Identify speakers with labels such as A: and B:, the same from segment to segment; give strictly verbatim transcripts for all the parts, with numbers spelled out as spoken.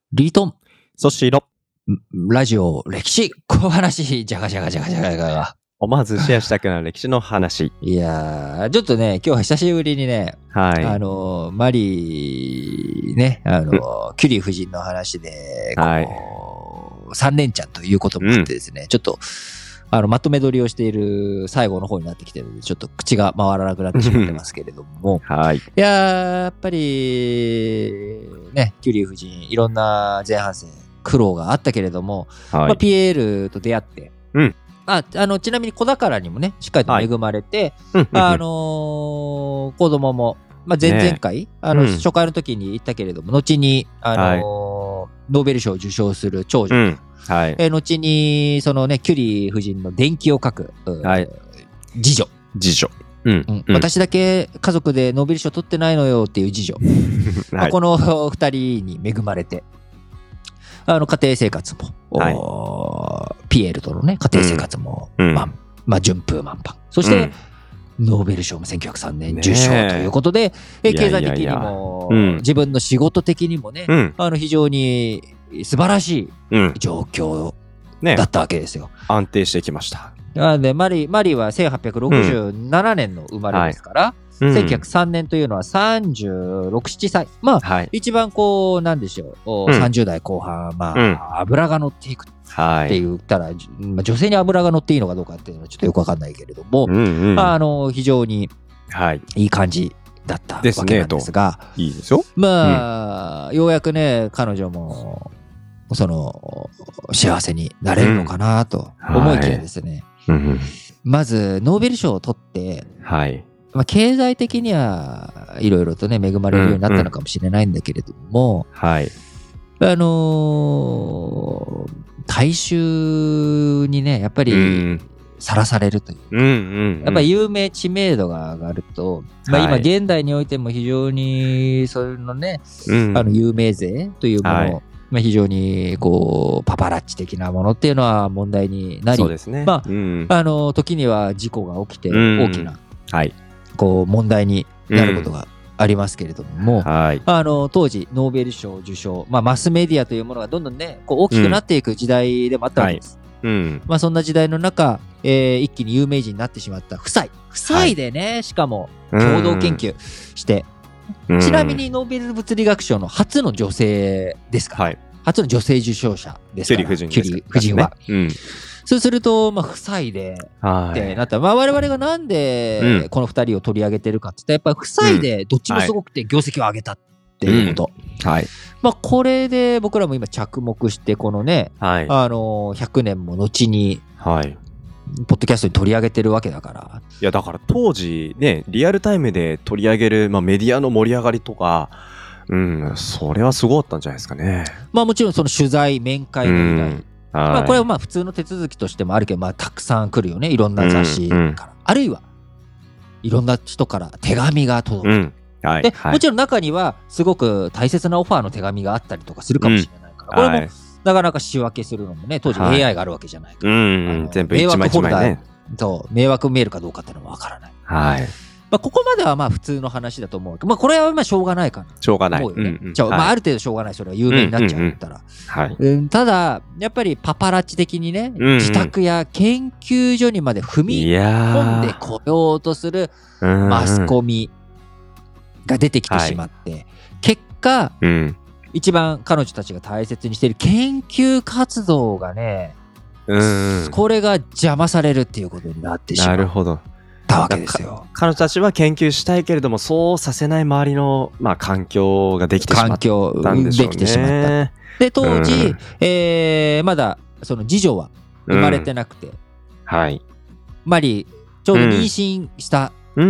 A: リートン、
B: そしろ。
A: ラジオ、歴史、小話、じゃがじゃがじゃがじゃがじゃが。
B: 思わずシェアしたくなる歴史の話。
A: いやー、ちょっとね、今日は久しぶりにね、
B: はい。
A: あの、マリー、ね、あの、キュリー夫人の話で、こう、
B: はい
A: さんねんちゃんということもあってですね、うん、ちょっと、あの、まとめ撮りをしている最後の方になってきてるので、ちょっと口が回らなくなってしまってますけれども、
B: はい。い
A: やー、やっぱり、ね、キュリー夫人、いろんな前半戦、苦労があったけれども、はい、まあ、ピエールと出会って、
B: うん、
A: ああのちなみに子宝にもね、しっかりと恵まれて、はい、あのー、子供も、まあ、前々回、ね、あの、うん、初回の時に言ったけれども、後に、あのーはい、ノーベル賞を受賞する長女、うんはいえー、後にそのねキュリー夫人の伝記を書く、はい、次女
B: 次女、
A: うんうん、私だけ家族でノーベル賞取ってないのよっていう次女、はいまあ、このふたりに恵まれてあの家庭生活も、はい、ピエールとのね家庭生活も、うんまあまあ、順風満帆そして、うん、ノーベル賞もせんきゅうひゃくさんねん受賞ということで、ね、経済的にもいやいやいや、うん、自分の仕事的にもね、うん、あの非常に素晴らしい状況だったわけですよ。
B: ね、安定してきました。
A: なのでマリー、マリーはせんはっぴゃくろくじゅうななねんの生まれですから、うんはい、せんきゅうひゃくさんねんというのはさんじゅうろく、ななさい。まあ、はい、一番こう、なんでしょう、うん、さんじゅう代後半、まあ、うん、油が乗っていくって言ったら、はいまあ、女性に油が乗っていいのかどうかっていうのはちょっとよくわかんないけれども、うんうん、あの非常にいい感じだったわけなんですが、
B: ね、いいですよ。
A: まあ、うん、ようやくね、彼女も、その幸せになれるのかなと思いきやですね、うんはい、まずノーベル賞を取って、
B: はい
A: まあ、経済的にはいろいろとね恵まれるようになったのかもしれないんだけれども、
B: うんうん、はい
A: あのー、大衆にねやっぱりさらされるというか、うんうんうん、やっぱり有名知名度が上がると、まあ、今現代においても非常にそれのね、うん、あの有名税というものを、はいまあ、非常にこうパパラッチ的なものっていうのは問題になり、
B: そうですね。
A: まあ、うん、あの時には事故が起きて大きな、うんはい、こう問題になることがありますけれども、うんはい、あの当時ノーベル賞受賞、まあ、マスメディアというものがどんどんねこう大きくなっていく時代でもあったわけです。うんはいうんまあ、そんな時代の中、えー、一気に有名人になってしまった夫妻夫妻でね、はい、しかも共同研究して、うん、ちなみにノーベル物理学賞の初の女性ですから、はい、初の女性受賞者ですから
B: キュリー夫人
A: キュリー夫人は、ねうん、そうすると、まあ、夫妻でってなったら、まあ、我々がなんでこのふたりを取り上げてるかって言ったらやっぱり夫妻でどっちもすごくて業績を上げたっていうこと、
B: うんはい
A: まあ、これで僕らも今着目してこのね、はい、あのひゃくねんも後に、はいポッドキャストに取り上げてるわけだから
B: いやだから当時ねリアルタイムで取り上げる、まあ、メディアの盛り上がりとかうんそれはすごかったんじゃないですかね。
A: まあもちろんその取材面会の依頼、うんまあ、これはまあ普通の手続きとしてもあるけど、まあ、たくさん来るよねいろんな雑誌から、うんうん、あるいはいろんな人から手紙が届く、うんはいではい、もちろん中にはすごく大切なオファーの手紙があったりとかするかもしれないから、うん、これもなかなか仕分けするのもね当時 エーアイ があるわけじゃないから、はいうんうん、
B: 全部一枚一枚ね
A: そう迷惑メールかどうかっていうのもわからない、
B: はい
A: まあ、ここまではまあ普通の話だと思うけど、まあ、これはまあしょうがないかな
B: しょうがない、
A: 思うよね、うんうんまあ、はい、ある程度しょうがないそれは有名になっちゃうったら、うんうんうんはい、ただやっぱりパパラッチ的にね、うんうん、自宅や研究所にまで踏み込んでこようとするマスコミが出てきてしまって、はい、結果、うん、一番彼女たちが大切にしている研究活動がね、うんうん、これが邪魔されるっていうことになってしまう。
B: なるほど
A: たわけですよ。
B: 彼女たちは研究したいけれどもそうさせない周りの、まあ、環境ができてしまったんでしょうね。環境できてしまった。で当時、うんえー、まだその次女は生まれてなくて、うんはい、マリーちょうど妊娠した、うん、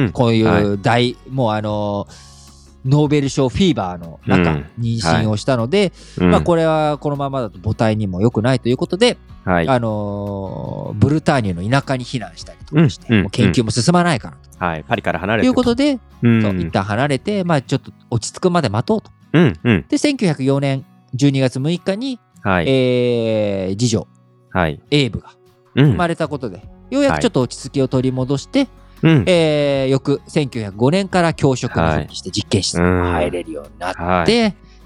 B: こういう大、はい、もうあのノーベル賞フィーバーの中、うん、妊娠をしたので、はいまあ、これはこのままだと母体にも良くないということで、はいあのー、ブルターニュの田舎に避難したりとかして、うん、もう研究も進まないからと、 うんはい、パリから離れて
A: ということで、うん、一旦離れて、まあ、ちょっと落ち着くまで待とうと、うんうん、でせんきゅうひゃくよねんじゅうにがつむいかに、はいえー、次女、はい、エイブが生まれたことで、うん、ようやくちょっと落ち着きを取り戻して、うんえー、翌せんきゅうひゃくごねんから教職に復帰して実験室に入れるようになって、はいま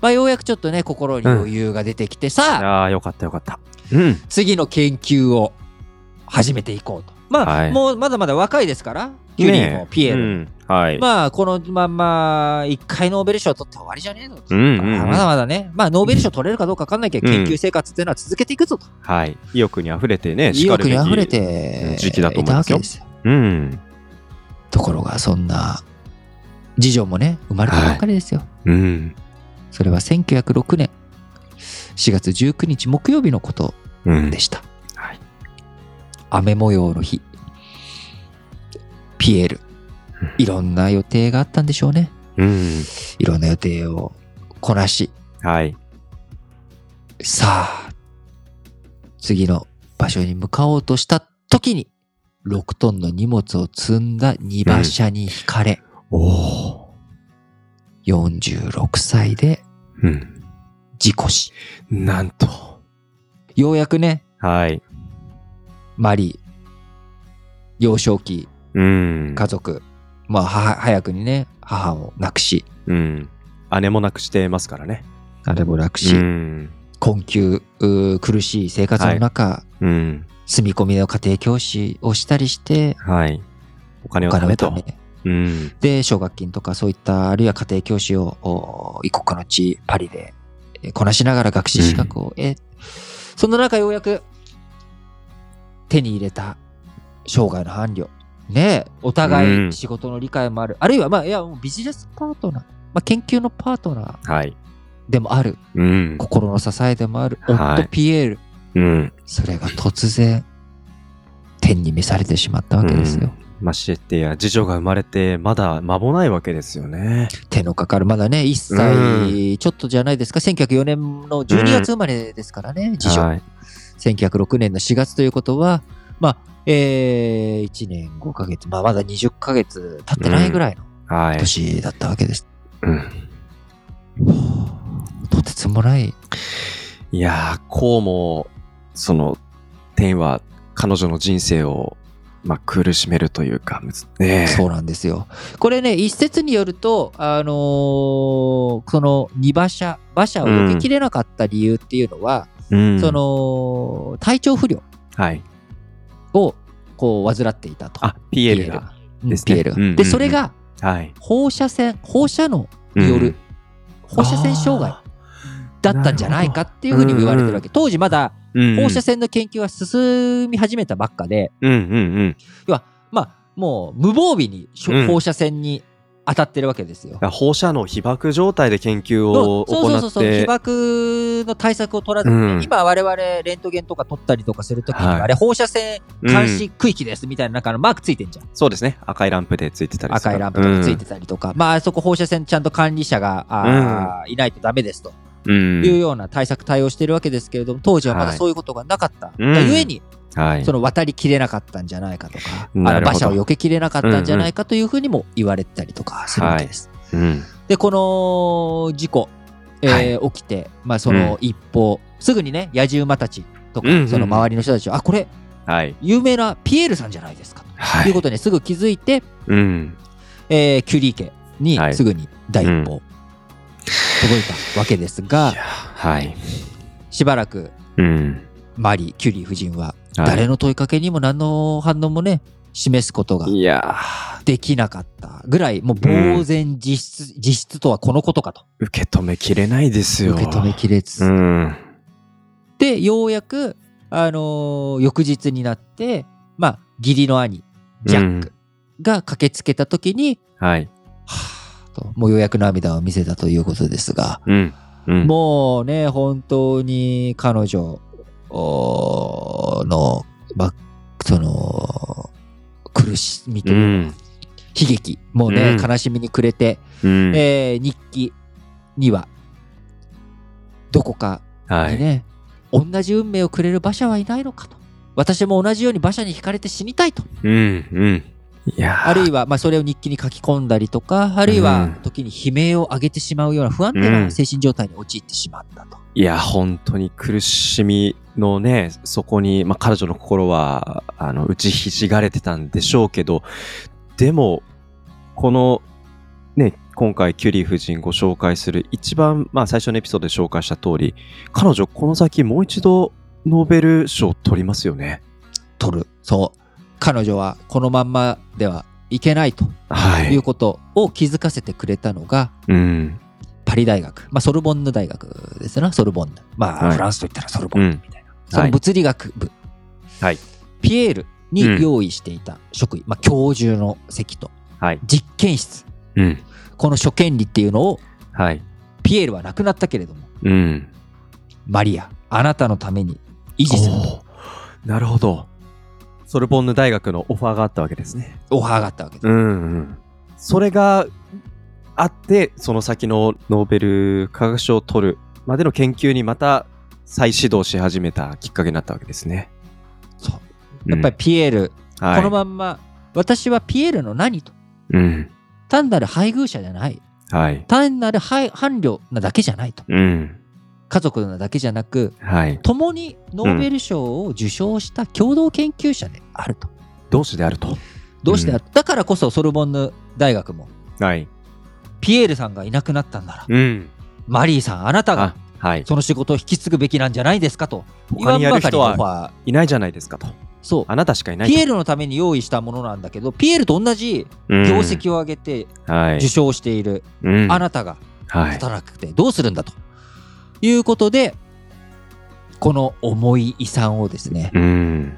A: まあ、ようやくちょっとね心に余裕が出てきて、うん、さ
B: ああよかったよかった、うん、
A: 次の研究を始めていこうと。まあ、はい、もうまだまだ若いですからキュリーもピエールも、ねうんはい、まあこのまんまいっかいノーベル賞取って終わりじゃねえぞと、うんうんうん、まだまだね、まあ、ノーベル賞取れるかどうか分かんないけど、うん、研究生活っていうのは続けていくぞと、
B: はい、意欲にあふれてね
A: 意欲にあふれて
B: 時期だと思いますよ。
A: いたわけですよ、うん、ところがそんな次女もね生まれたばっかりですよ、はいうん、それはせんきゅうひゃくろくねんしがつじゅうくにち木曜日のことでした、うんはい、雨模様の日ピエールいろんな予定があったんでしょうね、うん、いろんな予定をこなし、はい、さあ次の場所に向かおうとした時にろくトンの荷物を積んだ荷馬車にひかれ、うん、およんじゅうろくさいで事故死、
B: うん、なんと
A: ようやくね、はい、マリー幼少期、うん、家族まあ早くにね母を亡くし、
B: うん、姉も亡くしてますからね
A: 姉も亡くし、うん、困窮苦しい生活の中、はいうん、住み込みの家庭教師をしたりして、はい、
B: お金を貯めと、
A: うん、で奨学金とかそういったあるいは家庭教師を異国の地パリでこなしながら学士資格を得、うん、その中ようやく手に入れた生涯の伴侶ねえお互い仕事の理解もある、うん、あるいはまあいやもうビジネスパートナー、まあ、研究のパートナーでもある、はいうん、心の支えでもある夫ピエール、はいうん、それが突然天に召されてしまったわけですよ、
B: うん、ましてや次女が生まれてまだ間もないわけですよね。
A: 手のかかるまだねいっさいちょっとじゃないですか、せんきゅうひゃくよねんのじゅうにがつ生まれですからね、うん、次女、はい、せんきゅうひゃくろくねんのしがつということはまあえー、いちねんごかげつ、まあ、まだにじゅっかげつ経ってないぐらいの年だったわけです。うんはいうん、とてつもない。
B: いやー、こうも、その、天は彼女の人生を、まあ、苦しめるというか、
A: ね、そうなんですよ。これね、一説によると、あのー、その荷馬車、馬車を避けきれなかった理由っていうのは、うん、その、体調不良。はい。をこう患っていたと。
B: あ、ピエールが
A: ですね。ピエールが、うんうんうん、でそれが、はい、放射線放射能による、うん、放射線障害だったんじゃないかっていうふうに言われてるわけ。当時まだ放射線の研究が進み始めたばっかで、うんうんうん、要はまあもう無防備に放射線に当たってるわけですよ。
B: 放射能被曝状態で研究を行って、そうそうそうそう、
A: 被曝の対策を取らずに、ねうん、今我々レントゲンとか取ったりとかするときに、はい、あれ放射線監視区域ですみたいななんかのマークついてんじゃん、うん、
B: そうですね、赤いランプでついてたりする、
A: 赤いランプとかついてたりとか、うん、まあそこ放射線ちゃんと管理者があ、うん、いないとダメですと、うん、いうような対策対応してるわけですけれども、当時はまだそういうことがなかった、はい、がゆえに、はい、その渡りきれなかったんじゃないかとか、あの馬車を避けきれなかったんじゃないかというふうにも言われたりとかするわけです、うんうん、でこの事故、えーはい、起きて、まあ、その一報、うん、すぐにね野じ馬たちとか、うんうん、その周りの人たちはあこれ、はい、有名なピエールさんじゃないですかと、はい、いうことにすぐ気づいて、うんえー、キュリー家にすぐに第一報、はい、届いたわけですが、はい、しばらく、うん、マリーキュリー夫人は誰の問いかけにも何の反応もね示すことができなかったぐらい、もう呆然自失、うん、自失とはこのことかと
B: 受け止めきれないですよ。
A: 受け止めきれず、うん、でようやく、あのー、翌日になって、まあ、義理の兄ジャックが駆けつけた時に、うん、はいはぁともうようやく涙を見せたということですが、うんうん、もうね本当に彼女の、まあ、その苦しみという、うん、悲劇もうね、うん、悲しみに暮れて、うんえー、日記にはどこかにね、はい、同じ運命をくれる馬車はいないのかと、私も同じように馬車にひかれて死にたいと、うんうん、いやあるいは、まあ、それを日記に書き込んだりとか、あるいは時に悲鳴を上げてしまうような不安定な精神状態に陥ってしまったと、うん、
B: いや本当に苦しみのねそこに、まあ、彼女の心はあの打ちひしがれてたんでしょうけど、でもこのね今回キュリー夫人ご紹介する一番、まあ、最初のエピソードで紹介した通り、彼女この先もう一度ノーベル賞取りますよね。
A: 取る。そう彼女はこのまんまではいけないということを気づかせてくれたのが、はい、うんパリ大学、まあ、ソルボンヌ大学ですな、ソルボンヌ。まあ、はい、フランスといったらソルボンヌみたいな。うん、その物理学部。はい。ピエールに用意していた職位、うん、まあ、教授の席と、はい、実験室。うん。この諸権利っていうのを、はい。ピエールは亡くなったけれども、うん。マリア、あなたのために維持すると。
B: なるほど。ソルボンヌ大学のオファーがあったわけですね。
A: オファーがあったわけです。
B: うん、うん。それが、あってその先のノーベル化学賞を取るまでの研究にまた再始動し始めたきっかけになったわけですね。
A: そうやっぱりピエール、うん、このまんま、はい、私はピエールの何と、うん、単なる配偶者じゃない、はい、単なる伴侶なだけじゃないと、うん、家族なだけじゃなく、はい、共にノーベル賞を受賞した共同研究者であると、うん、
B: 同志であると
A: 同志である、うん、だからこそソルボンヌ大学も、はいピエールさんがいなくなったんなら、うん、マリーさんあなたがその仕事を引き継ぐべきなんじゃないですかと
B: 他にやる人はいないじゃないですかとそうあなたしかいないと
A: ピエールのために用意したものなんだけどピエールと同じ業績を上げて受賞している、うん、あなたが働くてどうするんだということでこの重い遺産をですね、うん、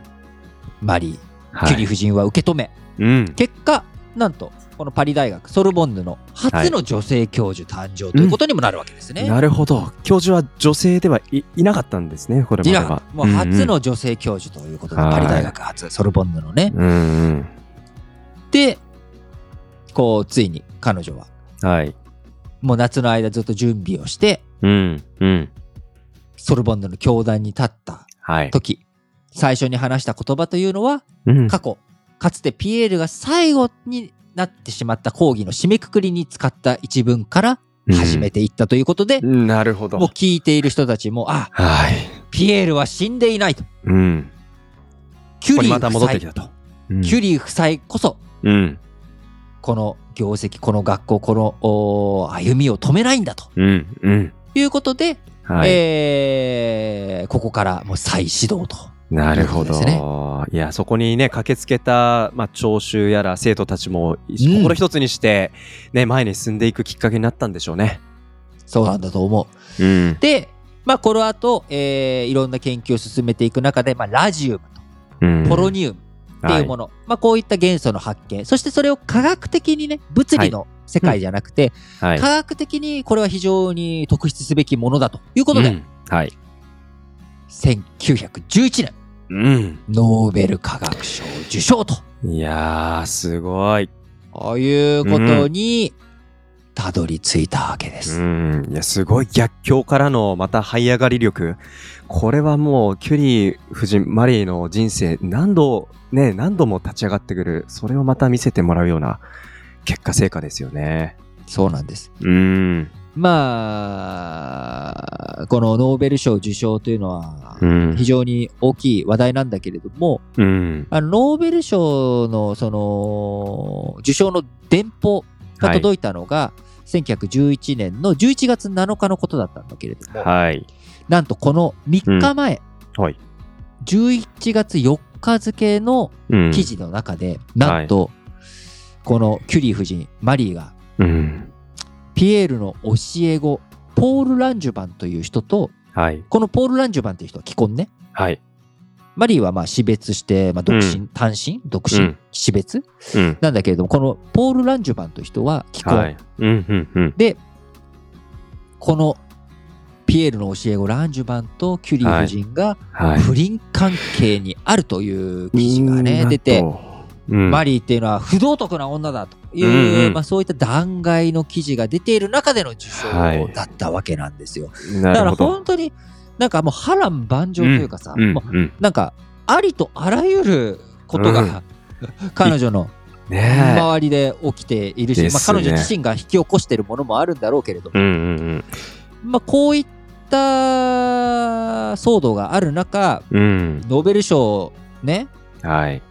A: マリー、キュリー夫人は受け止め、うん、結果なんとこのパリ大学ソルボンヌの初の女性教授誕生ということにもなるわけですね、
B: はいうん、なるほど教授は女性ではい、いなかったんですねこれまでは
A: もう初の女性教授ということで、うんうん、パリ大学初ソルボンヌのね、うんうん、でこうついに彼女は、はい、もう夏の間ずっと準備をして、うんうん、ソルボンヌの教壇に立った時、はい、最初に話した言葉というのは、うん、過去かつてピエールが最後になってしまった講義の締めくくりに使った一文から始めていったということで、うん、
B: なるほど
A: もう聞いている人たちもあ、はい、ピエールは死んでいないと、うん、キュリー夫妻ここにまた戻ってきたと、うん、キュリー夫妻こそ、うん、この業績この学校この歩みを止めないんだと、うんうん、いうことで、はいえー、ここからもう再始動と
B: なるほど、ね、いやそこにね駆けつけた、まあ、聴衆やら生徒たちも心一つにして、ねうん、前に進んでいくきっかけになったんでしょうね。
A: そうなんだと思う、うん、で、まあ、この後、えー、いろんな研究を進めていく中で、まあ、ラジウムと、うん、ポロニウムっていうもの、はいまあ、こういった元素の発見そしてそれを科学的にね物理の世界じゃなくて、はいうん、科学的にこれは非常に特筆すべきものだということで、うんはいせんきゅうひゃくじゅういちねん、うん、ノーベル化学賞受賞と
B: いやーすごい
A: ということにたどり着いたわけです、
B: うん、いやすごい逆境からのまた這い上がり力これはもうキュリー夫人マリーの人生何度ね何度も立ち上がってくるそれをまた見せてもらうような結果成果ですよね。
A: そうなんです。うんまあこのノーベル賞受賞というのは非常に大きい話題なんだけれども、うん、あのノーベル賞のその受賞の電報が届いたのが、はい、せんきゅうひゃくじゅういちねんのじゅういちがつなのかのことだったんだけれども、はい、なんとこのみっかまえ、うんはい、じゅういちがつよっか付の記事の中で、うん、なんと、はい、このキュリー夫人マリーが、うんピエールの教え子ポール・ランジュバンという人と、はい、このポール・ランジュバンという人は既婚ね、はい、マリーはまあ死別して、まあ、独身、うん、単身独身、うん、死別、うん、なんだけれどもこのポール・ランジュバンという人は既婚、はいうんうんうん、でこのピエールの教え子ランジュバンとキュリー夫人が不倫関係にあるという記事がね、はい、出てうん、マリーっていうのは不道徳な女だという、うんうんまあ、そういった弾劾の記事が出ている中での受賞だったわけなんですよ、はい、だから本当になんかもう波乱万丈というかさ、うんもうなんかありとあらゆることが、うん、彼女の周りで起きているし、ねまあ、彼女自身が引き起こしているものもあるんだろうけれども、うんうんうんまあ、こういった騒動がある中、うん、ノーベル賞ね、はい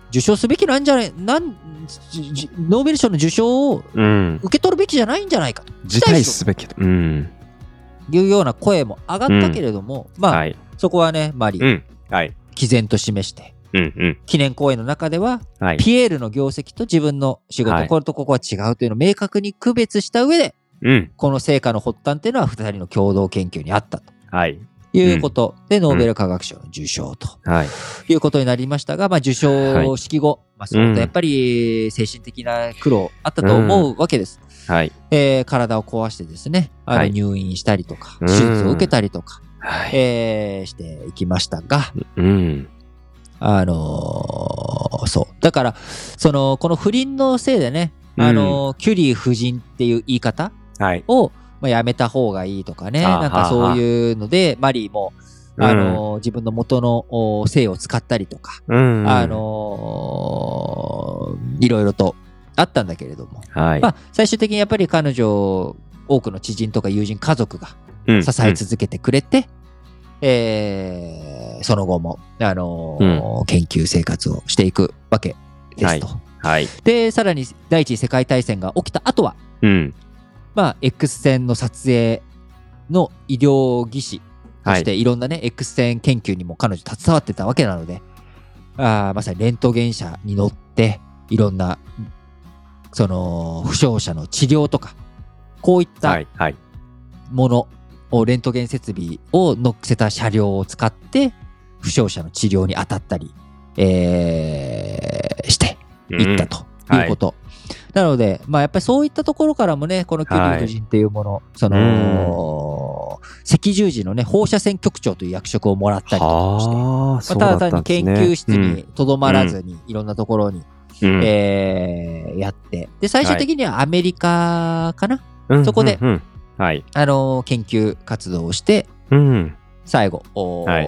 A: 受賞すべきなんじゃないなんノーベル賞の受賞を受け取るべきじゃないんじゃないかと、
B: 辞退すべきと、うん、
A: いうような声も上がったけれども、うん、まあ、はい、そこはねマリー、うんはい、毅然と示して、うんうん、記念講演の中では、はい、ピエールの業績と自分の仕事、はい、これとここは違うというのを明確に区別した上で、うん、この成果の発端っていうのはふたりの共同研究にあったと、はい、いうことで、うん、ノーベル化学賞の受賞と、はい、いうことになりましたが、まあ、受賞式後、はい、まあ、相当やっぱり精神的な苦労あったと思うわけです、うんはいえー、体を壊してですねあの入院したりとか、はい、手術を受けたりとか、うんえー、していきましたが、うんあのー、そうだからそのこの不倫のせいでね、あのーうん、キュリー夫人っていう言い方を、はいまあ、やめた方がいいとかね、なんかそういうのでマリーも、あのーうん、自分の元の姓を使ったりとか、うんうん、あのー、いろいろとあったんだけれども、はいまあ、最終的にやっぱり彼女多くの知人とか友人家族が支え続けてくれて、うんうんえー、その後も、あのーうん、研究生活をしていくわけですと、はいはい、でさらに第一次世界大戦が起きた後は、うんまあ、X 線の撮影の医療技師としていろんなね、はい、X 線研究にも彼女携わってたわけなので、あまさにレントゲン車に乗っていろんなその負傷者の治療とかこういったものをレントゲン設備を乗せた車両を使って負傷者の治療に当たったり、えー、していったということ、うんはいなので、まあ、やっぱりそういったところからもね、このキュリー夫人っていうもの、はい、その、赤十字のね、放射線局長という役職をもらったりとかして、まあ、ただ単に研究室にとどまらずに、うん、いろんなところに、うんえー、やって、で、最終的にはアメリカかな、はい、そこで、うんうんうんはい、あのー、研究活動をして、うん、最後、はい、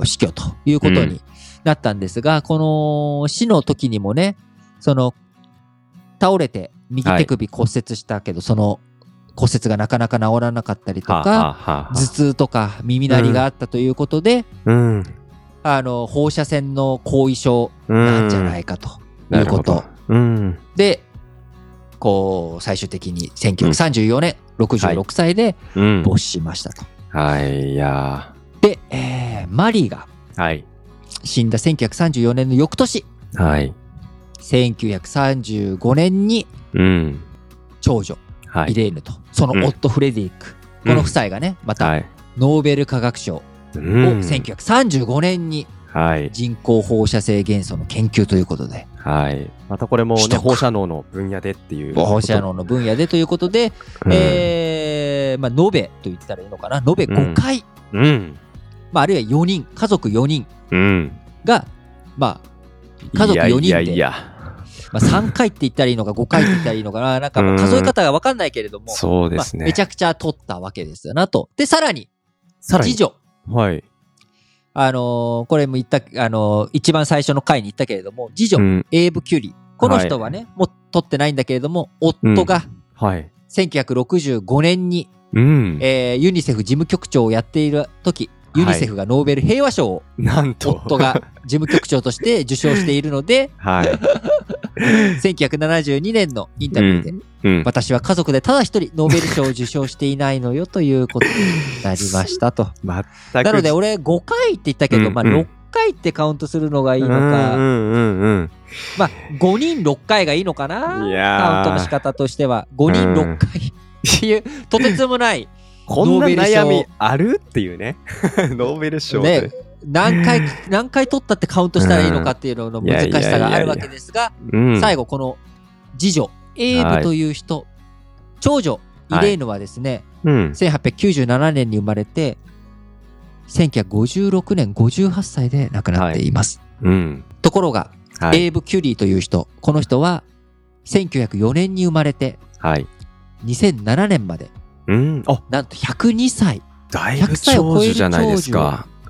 A: 死去ということになったんですが、うん、この死の時にもね、その、倒れて右手首骨折したけど、はい、その骨折がなかなか治らなかったりとか、はあはあはあ、頭痛とか耳鳴りがあったということで、うん、あの放射線の後遺症なんじゃないかということ、うん、でこう最終的にせんきゅうひゃくさんじゅうよねん、うん、ろくじゅうろくさいで没しましたと。
B: はい、はい、いや
A: で、えー、マリーが死んだせんきゅうひゃくさんじゅうよねんの翌年、はいせんきゅうひゃくさんじゅうごねんに長女、うんはい、イレーヌとその夫フレデリック、うん、この夫妻がねまたノーベル化学賞をせんきゅうひゃくさんじゅうごねんに人工放射性元素の研究ということで、
B: はい、またこれも、ね、放射能の分野でっていう
A: 放射能の分野でということで、うんえーまあ、延べと言ったらいいのかな延べごかい、うんうんまあ、あるいはよにん家族よにんが、うん、まあ家族よにんでいやいやいやまあ、さんかいって言ったらいいのかごかいって言ったらいいのかななんか数え方が分かんないけれども、
B: そうですね、
A: まあ、めちゃくちゃ取ったわけですよなと。でさらに次女はいあのー、これも言った、あのー、一番最初の回に言ったけれども次女、うん、エイブ・キュリーこの人はね、はい、もう取ってないんだけれども夫がせんきゅうひゃくろくじゅうごねんに、うんえー、ユニセフ事務局長をやっている時ユニセフがノーベル平和賞をなんと夫が事務局長として受賞しているので、はい、せんきゅうひゃくななじゅうにねんのインタビューで、うんうん、私は家族でただ一人ノーベル賞を受賞していないのよということになりましたとなので俺ごかいって言ったけど、うんうんまあ、ろっかいってカウントするのがいいのか、うんうんうん、まあごにんろっかいがいいのかな、いやカウントの仕方としてはごにんろっかいっていう、うん、とてつもない
B: こんな悩みあるっていうねノーベル賞で、ね、
A: 何回何回取ったってカウントしたらいいのかっていうのの難しさがあるわけですが、最後この次女エイブという人、はい、長女イレーヌはですね、はいうん、せんはっぴゃくきゅうじゅうななねんに生まれてせんきゅうひゃくごじゅうろくねんごじゅうはっさいで亡くなっています、はいうん、ところが、はい、エイブ・キュリーという人この人はせんきゅうひゃくよねんに生まれて、はい、にせんななねんまでうん、あなんとひゃくにさい
B: だいぶ長寿じゃないですか、うん、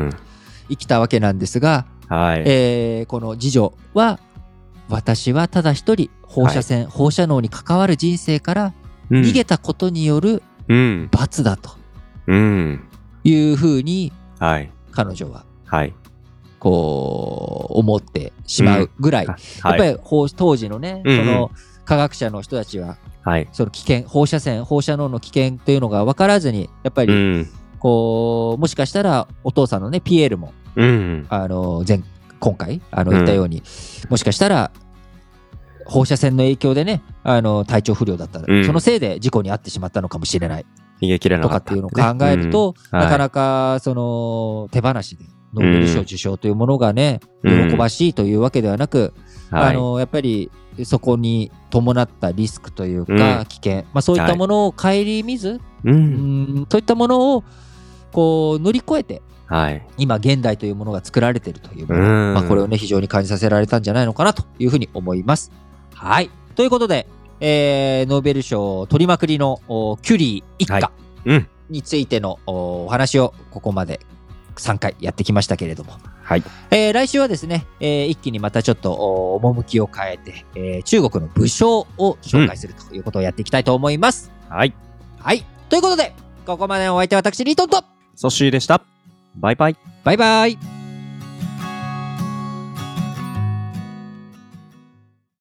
A: 生きたわけなんですが、はいえー、この次女は私はただ一人放射線、はい、放射能に関わる人生から逃げたことによる罰だというふうに彼女はこ思ってしまうぐらい、うんはい、やっぱり当時のね、うんうん、その科学者の人たちは、はい、その危険、放射線、放射能の危険というのが分からずに、やっぱり、うん、こう、もしかしたらお父さんのね、ピエールも、うん、あの、前、今回、あの、言ったように、うん、もしかしたら、放射線の影響でね、あの、体調不良だったら、うん、そのせいで事故に遭ってしまったのかもしれない。
B: 逃げ切れなかった、
A: とかっていうのを考えると、うんはい、なかなか、その、手放しで、ノーベル賞受賞というものがね、うん、喜ばしいというわけではなく、うん、あの、やっぱり、そこに伴ったリスクというか、うん、危険、まあそういったものを顧みず、はい、うん、そういったものを、こう、乗り越えて、はい、今現代というものが作られているというもの、うんまあ、これをね非常に感じさせられたんじゃないのかなというふうに思います。はいということで、えー、ノーベル賞取りまくりのキュリー一家についてのお話をここまでさんかいやってきましたけれども、はいえー、来週はですね、えー、一気にまたちょっと趣を変えて、えー、中国の武将を紹介するということをやっていきたいと思います。うん、はい、はい、ということでここまでのお相手は私リートンと
B: ソッシーでした。バイバイ。
A: バイバイ。